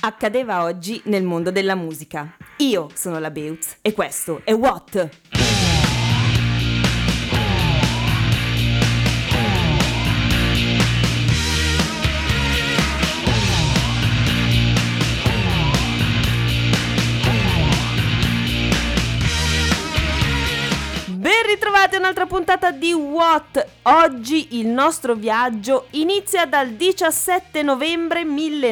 Accadeva oggi nel mondo della musica. Io sono la Beutz e questo è What? Ritrovate un'altra puntata di What? Oggi il nostro viaggio inizia dal 17 novembre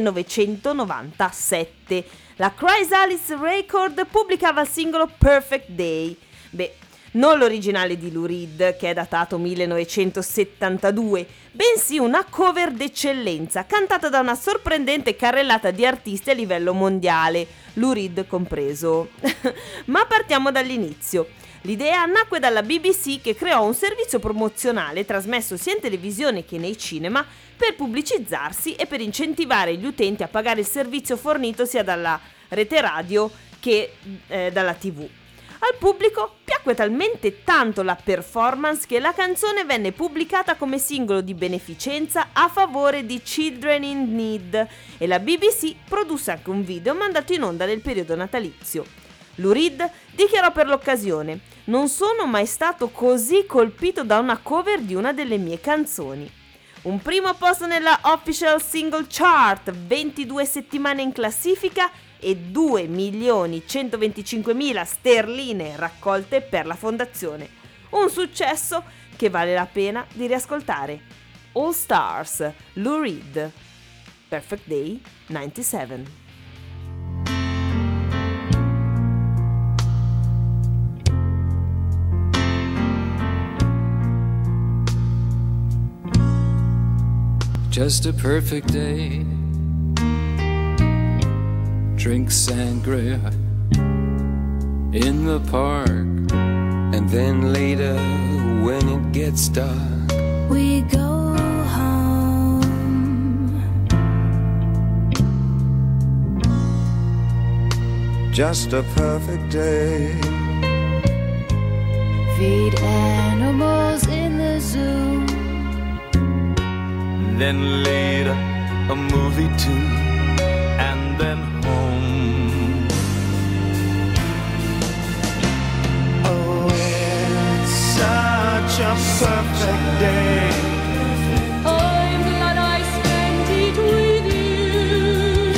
1997. La Chrysalis Record pubblicava il singolo Perfect Day. Non l'originale di Lou Reed, che è datato 1972, bensì una cover d'eccellenza, cantata da una sorprendente carrellata di artisti a livello mondiale, Lou Reed compreso. Ma partiamo dall'inizio. L'idea nacque dalla BBC, che creò un servizio promozionale trasmesso sia in televisione che nei cinema per pubblicizzarsi e per incentivare gli utenti a pagare il servizio fornito sia dalla rete radio che dalla TV. Al pubblico piacque talmente tanto la performance che la canzone venne pubblicata come singolo di beneficenza a favore di Children in Need e la BBC produsse anche un video mandato in onda nel periodo natalizio. Lou Reed dichiarò per l'occasione: "Non sono mai stato così colpito da una cover di una delle mie canzoni". Un primo posto nella Official Single Chart, 22 settimane in classifica e 2.125.000 sterline raccolte per la fondazione. Un successo che vale la pena di riascoltare. All Stars, Lou Reed, Perfect Day 97. Just a perfect day. Drink sangria in the park. And then later when it gets dark, we go home. Just a perfect day. Feed animals in the zoo. Then later a movie too, and then home. Oh, it's such a perfect day. I'm glad I spent it with you.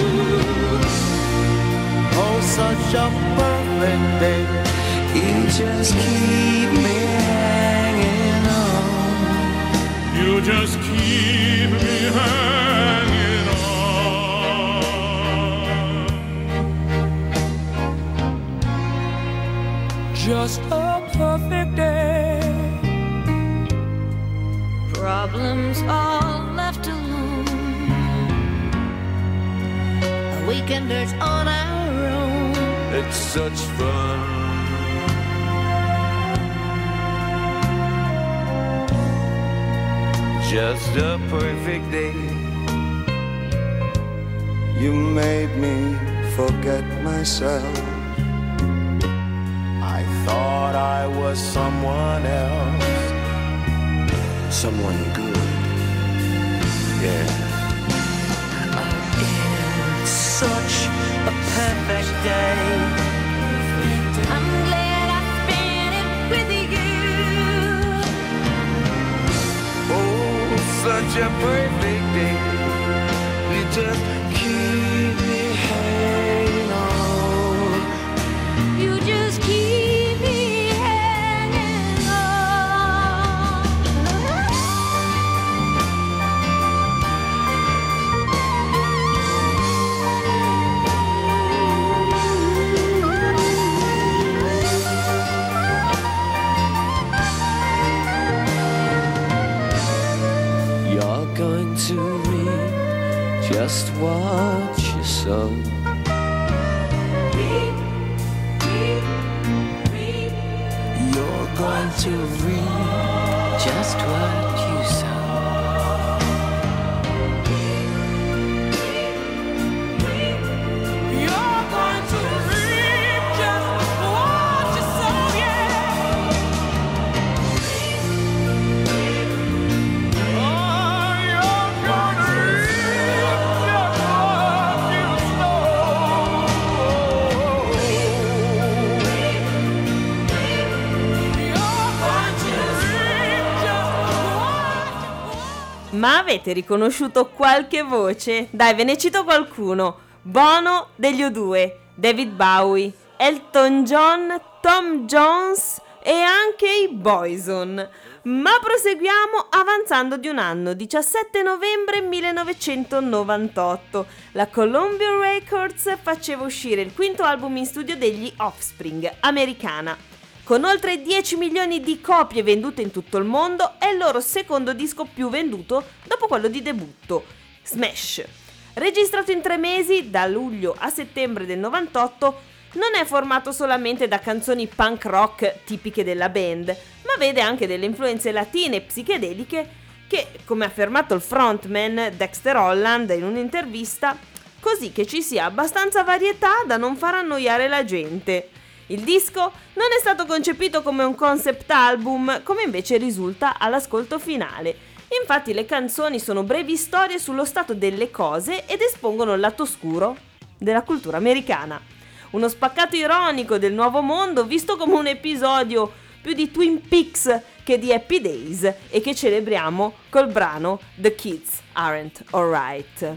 Oh, such a perfect day. You just keep me hanging on. You just keep me hanging on. Just a perfect day. Problems all left alone. A weekenders on our own. It's such fun. Just a perfect day. You made me forget myself. I thought I was someone else. Someone good. Yeah. It's such a perfect day. I'm glad I spent it with you. Such a perfect day. You just keep me hanging on. You just keep me hanging on. you're going to reap just what you sow. You're going to reap Just what you sow. You're going to reap just what you sow, yeah. Oh, you're gonna reap just what you Ma avete riconosciuto qualche voce? Dai, ve ne cito qualcuno. Bono degli U2, David Bowie, Elton John, Tom Jones e anche i Boyzone. Ma proseguiamo avanzando di un anno, 17 novembre 1998. La Columbia Records faceva uscire il quinto album in studio degli Offspring, Americana. Con oltre 10 milioni di copie vendute in tutto il mondo, è il loro secondo disco più venduto dopo quello di debutto, Smash. Registrato in 3 mesi, da luglio a settembre del 98, non è formato solamente da canzoni punk rock tipiche della band, ma vede anche delle influenze latine e psichedeliche che, come ha affermato il frontman Dexter Holland in un'intervista, così che ci sia abbastanza varietà da non far annoiare la gente. Il disco non è stato concepito come un concept album, come invece risulta all'ascolto finale. Infatti le canzoni sono brevi storie sullo stato delle cose ed espongono il lato oscuro della cultura americana. Uno spaccato ironico del nuovo mondo visto come un episodio più di Twin Peaks che di Happy Days e che celebriamo col brano The Kids Aren't Alright.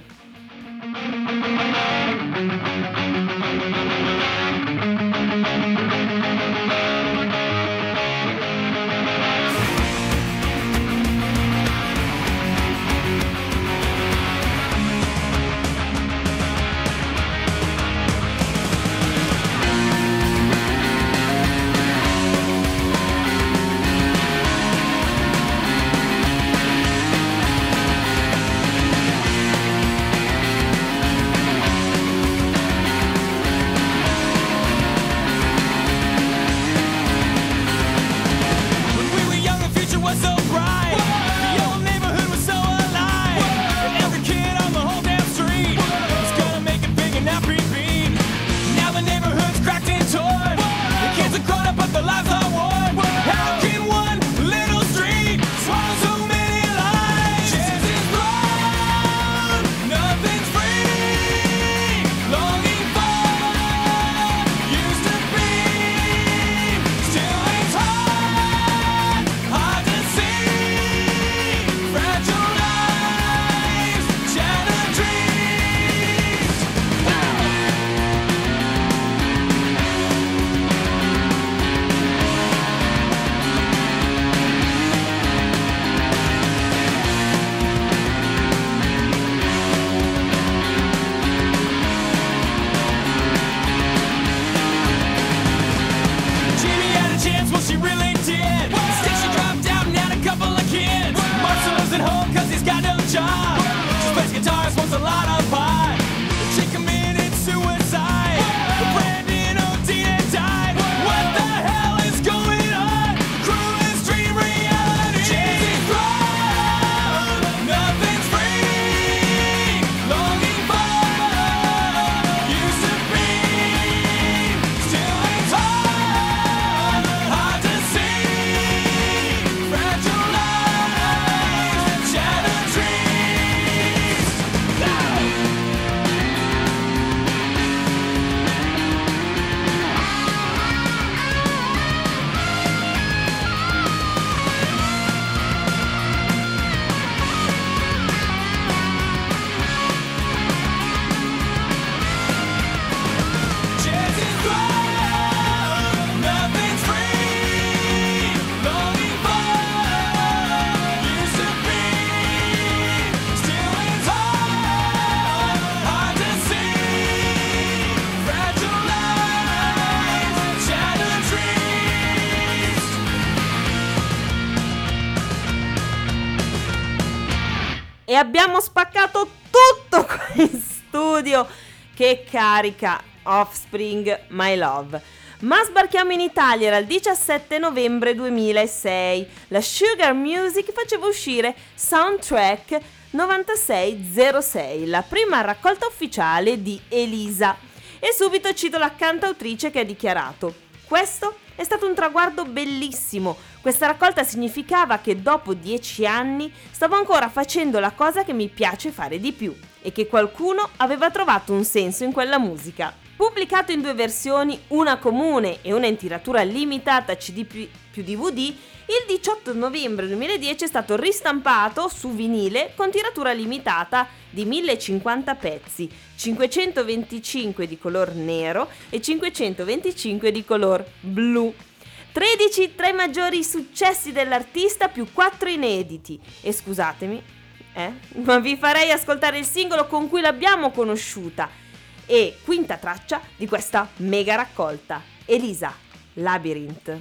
E abbiamo spaccato tutto qua in studio. Che carica, Offspring, My Love. Ma sbarchiamo in Italia, era il 17 novembre 2006. La Sugar Music faceva uscire Soundtrack 9606, la prima raccolta ufficiale di Elisa. E subito cito la cantautrice che ha dichiarato: questo è stato un traguardo bellissimo. Questa raccolta significava che dopo 10 anni stavo ancora facendo la cosa che mi piace fare di più e che qualcuno aveva trovato un senso in quella musica. Pubblicato in 2 versioni, una comune e una in tiratura limitata CD più DVD, il 18 novembre 2010 è stato ristampato su vinile con tiratura limitata di 1050 pezzi, 525 di color nero e 525 di color blu. 13 tra i maggiori successi dell'artista più 4 inediti. E scusatemi, ma vi farei ascoltare il singolo con cui l'abbiamo conosciuta e quinta traccia di questa mega raccolta, Elisa, Labyrinth.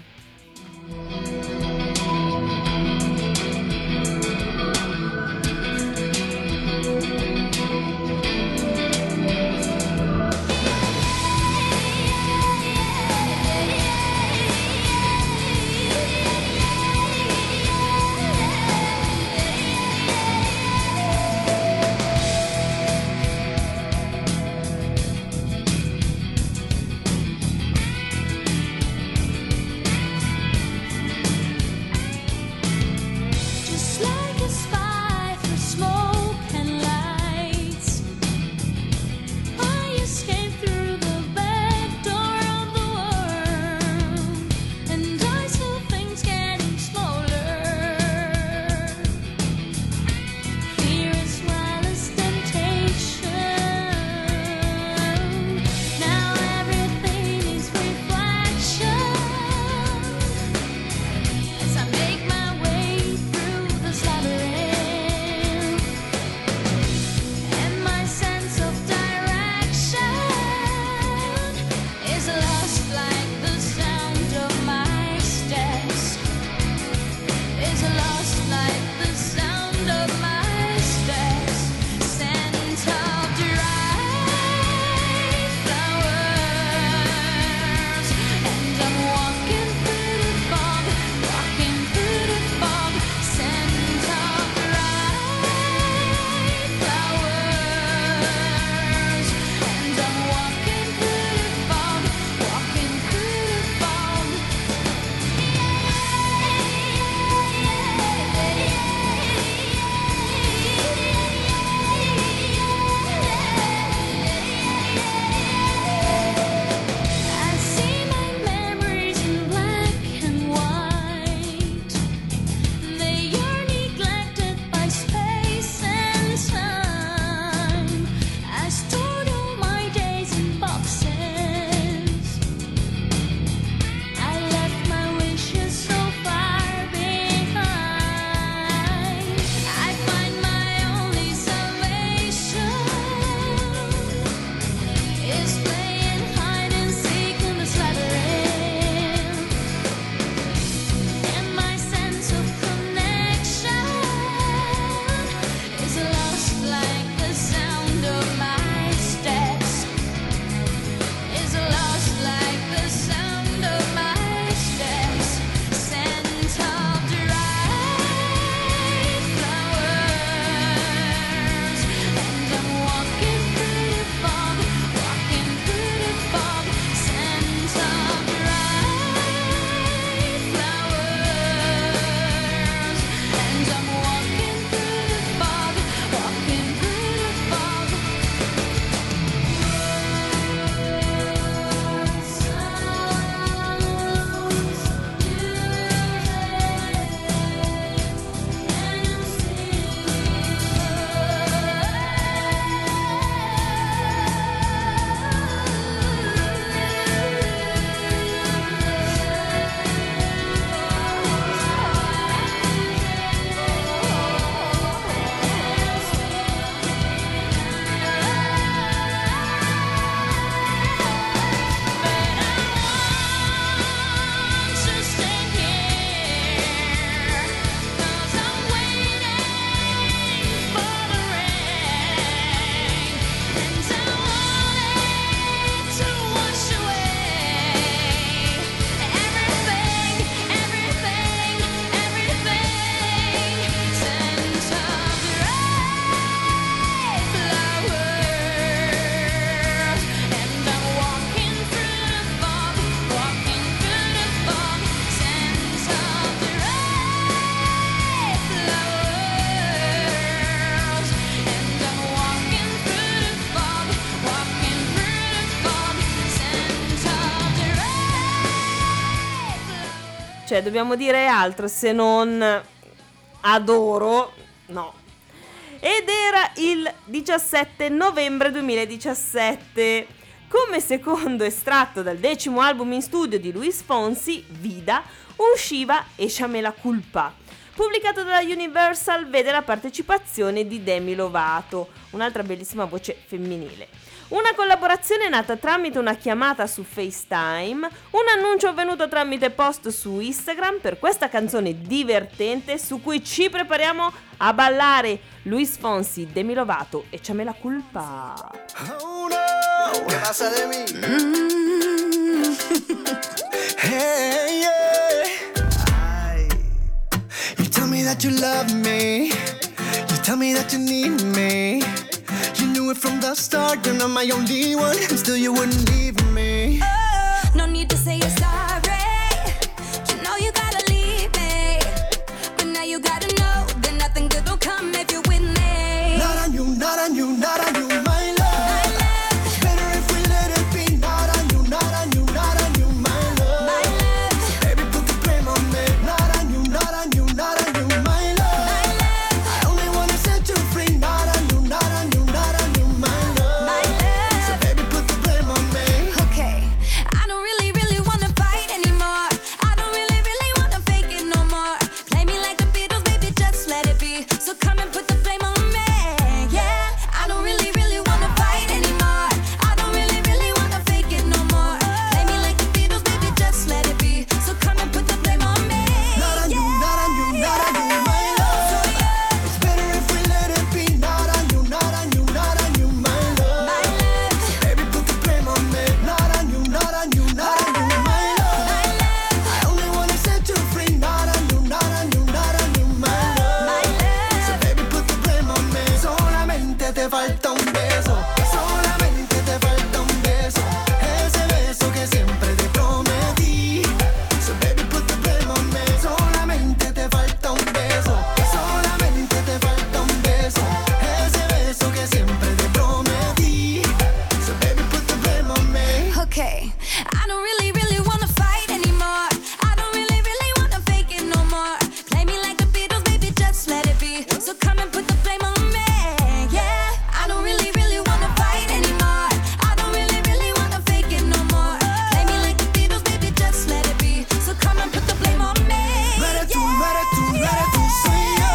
c'è? Dobbiamo dire altro se non adoro? No. Ed era il 17 novembre 2017. Come secondo estratto dal 10° album in studio di Luis Fonsi, Vida, usciva Échame la culpa. Pubblicato dalla Universal, vede la partecipazione di Demi Lovato, un'altra bellissima voce femminile. Una collaborazione nata tramite una chiamata su FaceTime, un annuncio avvenuto tramite post su Instagram per questa canzone divertente su cui ci prepariamo a ballare. Luis Fonsi, Demi Lovato, Échame la culpa. Oh no, ¿qué pasa de mí? Hey, yeah. You tell me that you love me. You tell me that you need me. You knew it from the start. You're not my only one, and still you wouldn't leave me. Oh, no need to say you're sorry. You know you gotta leave me, but now you gotta know that nothing good will come if you're with me. Not on you, not on you, not on you, my love. It's better if we let it be. Not on you, not on you, not on you, my love. So baby, put the blame on me. Not on you, not on you, not on you, my love. I only wanna set you free. Not on you, not on you, not on you, my love. So baby, put the blame on me. Okay, I don't really wanna fight anymore. I don't really wanna fake it no more. Play me like the Beatles, baby, just let it be. So come and put the blame on me. Yeah, I don't really wanna fight anymore. I don't really wanna fake it no more. Play me like the Beatles, baby, just let it be. So come and put the blame on me. Not on you, not on you, not on you, my love. It's better if we let it be. Not on you, not on you, not on you, my love. Baby, put the blame on me. Not on you, not on you, not on you, my love. I only wanna set you free. Not on you, not on you, not on you, my love. So baby, put the blame on me. Solamente te falta un beso. Solamente te falta un beso. Ese beso que siempre te prometí. So baby, put the blame on me. Solamente te falta un beso. Solamente te falta un beso. Ese beso que siempre te prometí. So baby, put the blame on me. Okay, I don't really wanna fight anymore. I don't really wanna fake it no more. Play me like the Beatles, baby, just let it be. So come and put the blame on me. Yeah, I don't really wanna fight anymore. I don't really wanna fake it no more. Play me like the Beatles, baby, just let it be. So come and put the blame on me. No eres tú, no eres tú, no eres tú, soy yo.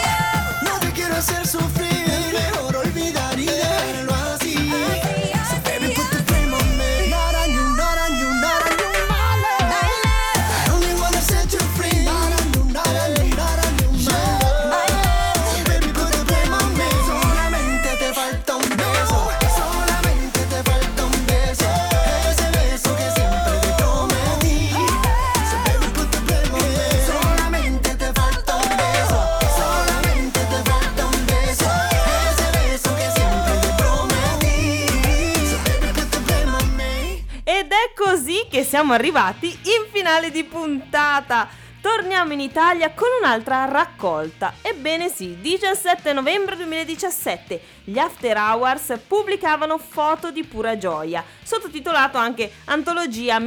No te quiero hacer sufrir. Es mejor olvidar y dejarlo así. So baby, put the blame on me. Not on you, not on you, not on you, my love. I only wanna set you free. Not on you, not on you, not on you, my love. So baby, put the blame on me. Solamente te falta un beso. Solamente te falta un beso. Ese beso que siempre te prometí. So baby, put the blame on me. Solamente te falta un beso. Solamente te falta un beso. Ese beso que siempre te prometí. So baby, put the blame on me. Ed è così che siamo arrivati in finale di puntata. Torniamo in Italia con un'altra raccolta. Ebbene sì, 17 novembre 2017 gli After Hours pubblicavano Foto di pura gioia, sottotitolato anche Antologia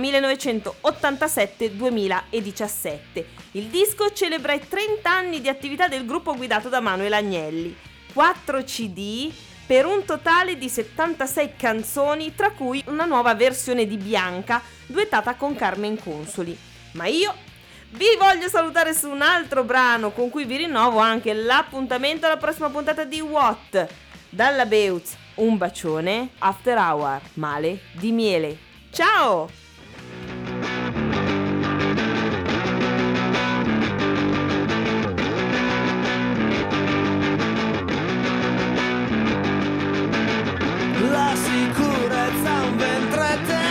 1987-2017. Il disco celebra i 30 anni di attività del gruppo guidato da Manuel Agnelli. 4 CD per un totale di 76 canzoni, tra cui una nuova versione di Bianca duettata con Carmen Consoli. Ma io vi voglio salutare su un altro brano con cui vi rinnovo anche l'appuntamento alla prossima puntata di What? Dalla Beutz, un bacione. After Hour, male di miele. Ciao! La sicurezza è un ventre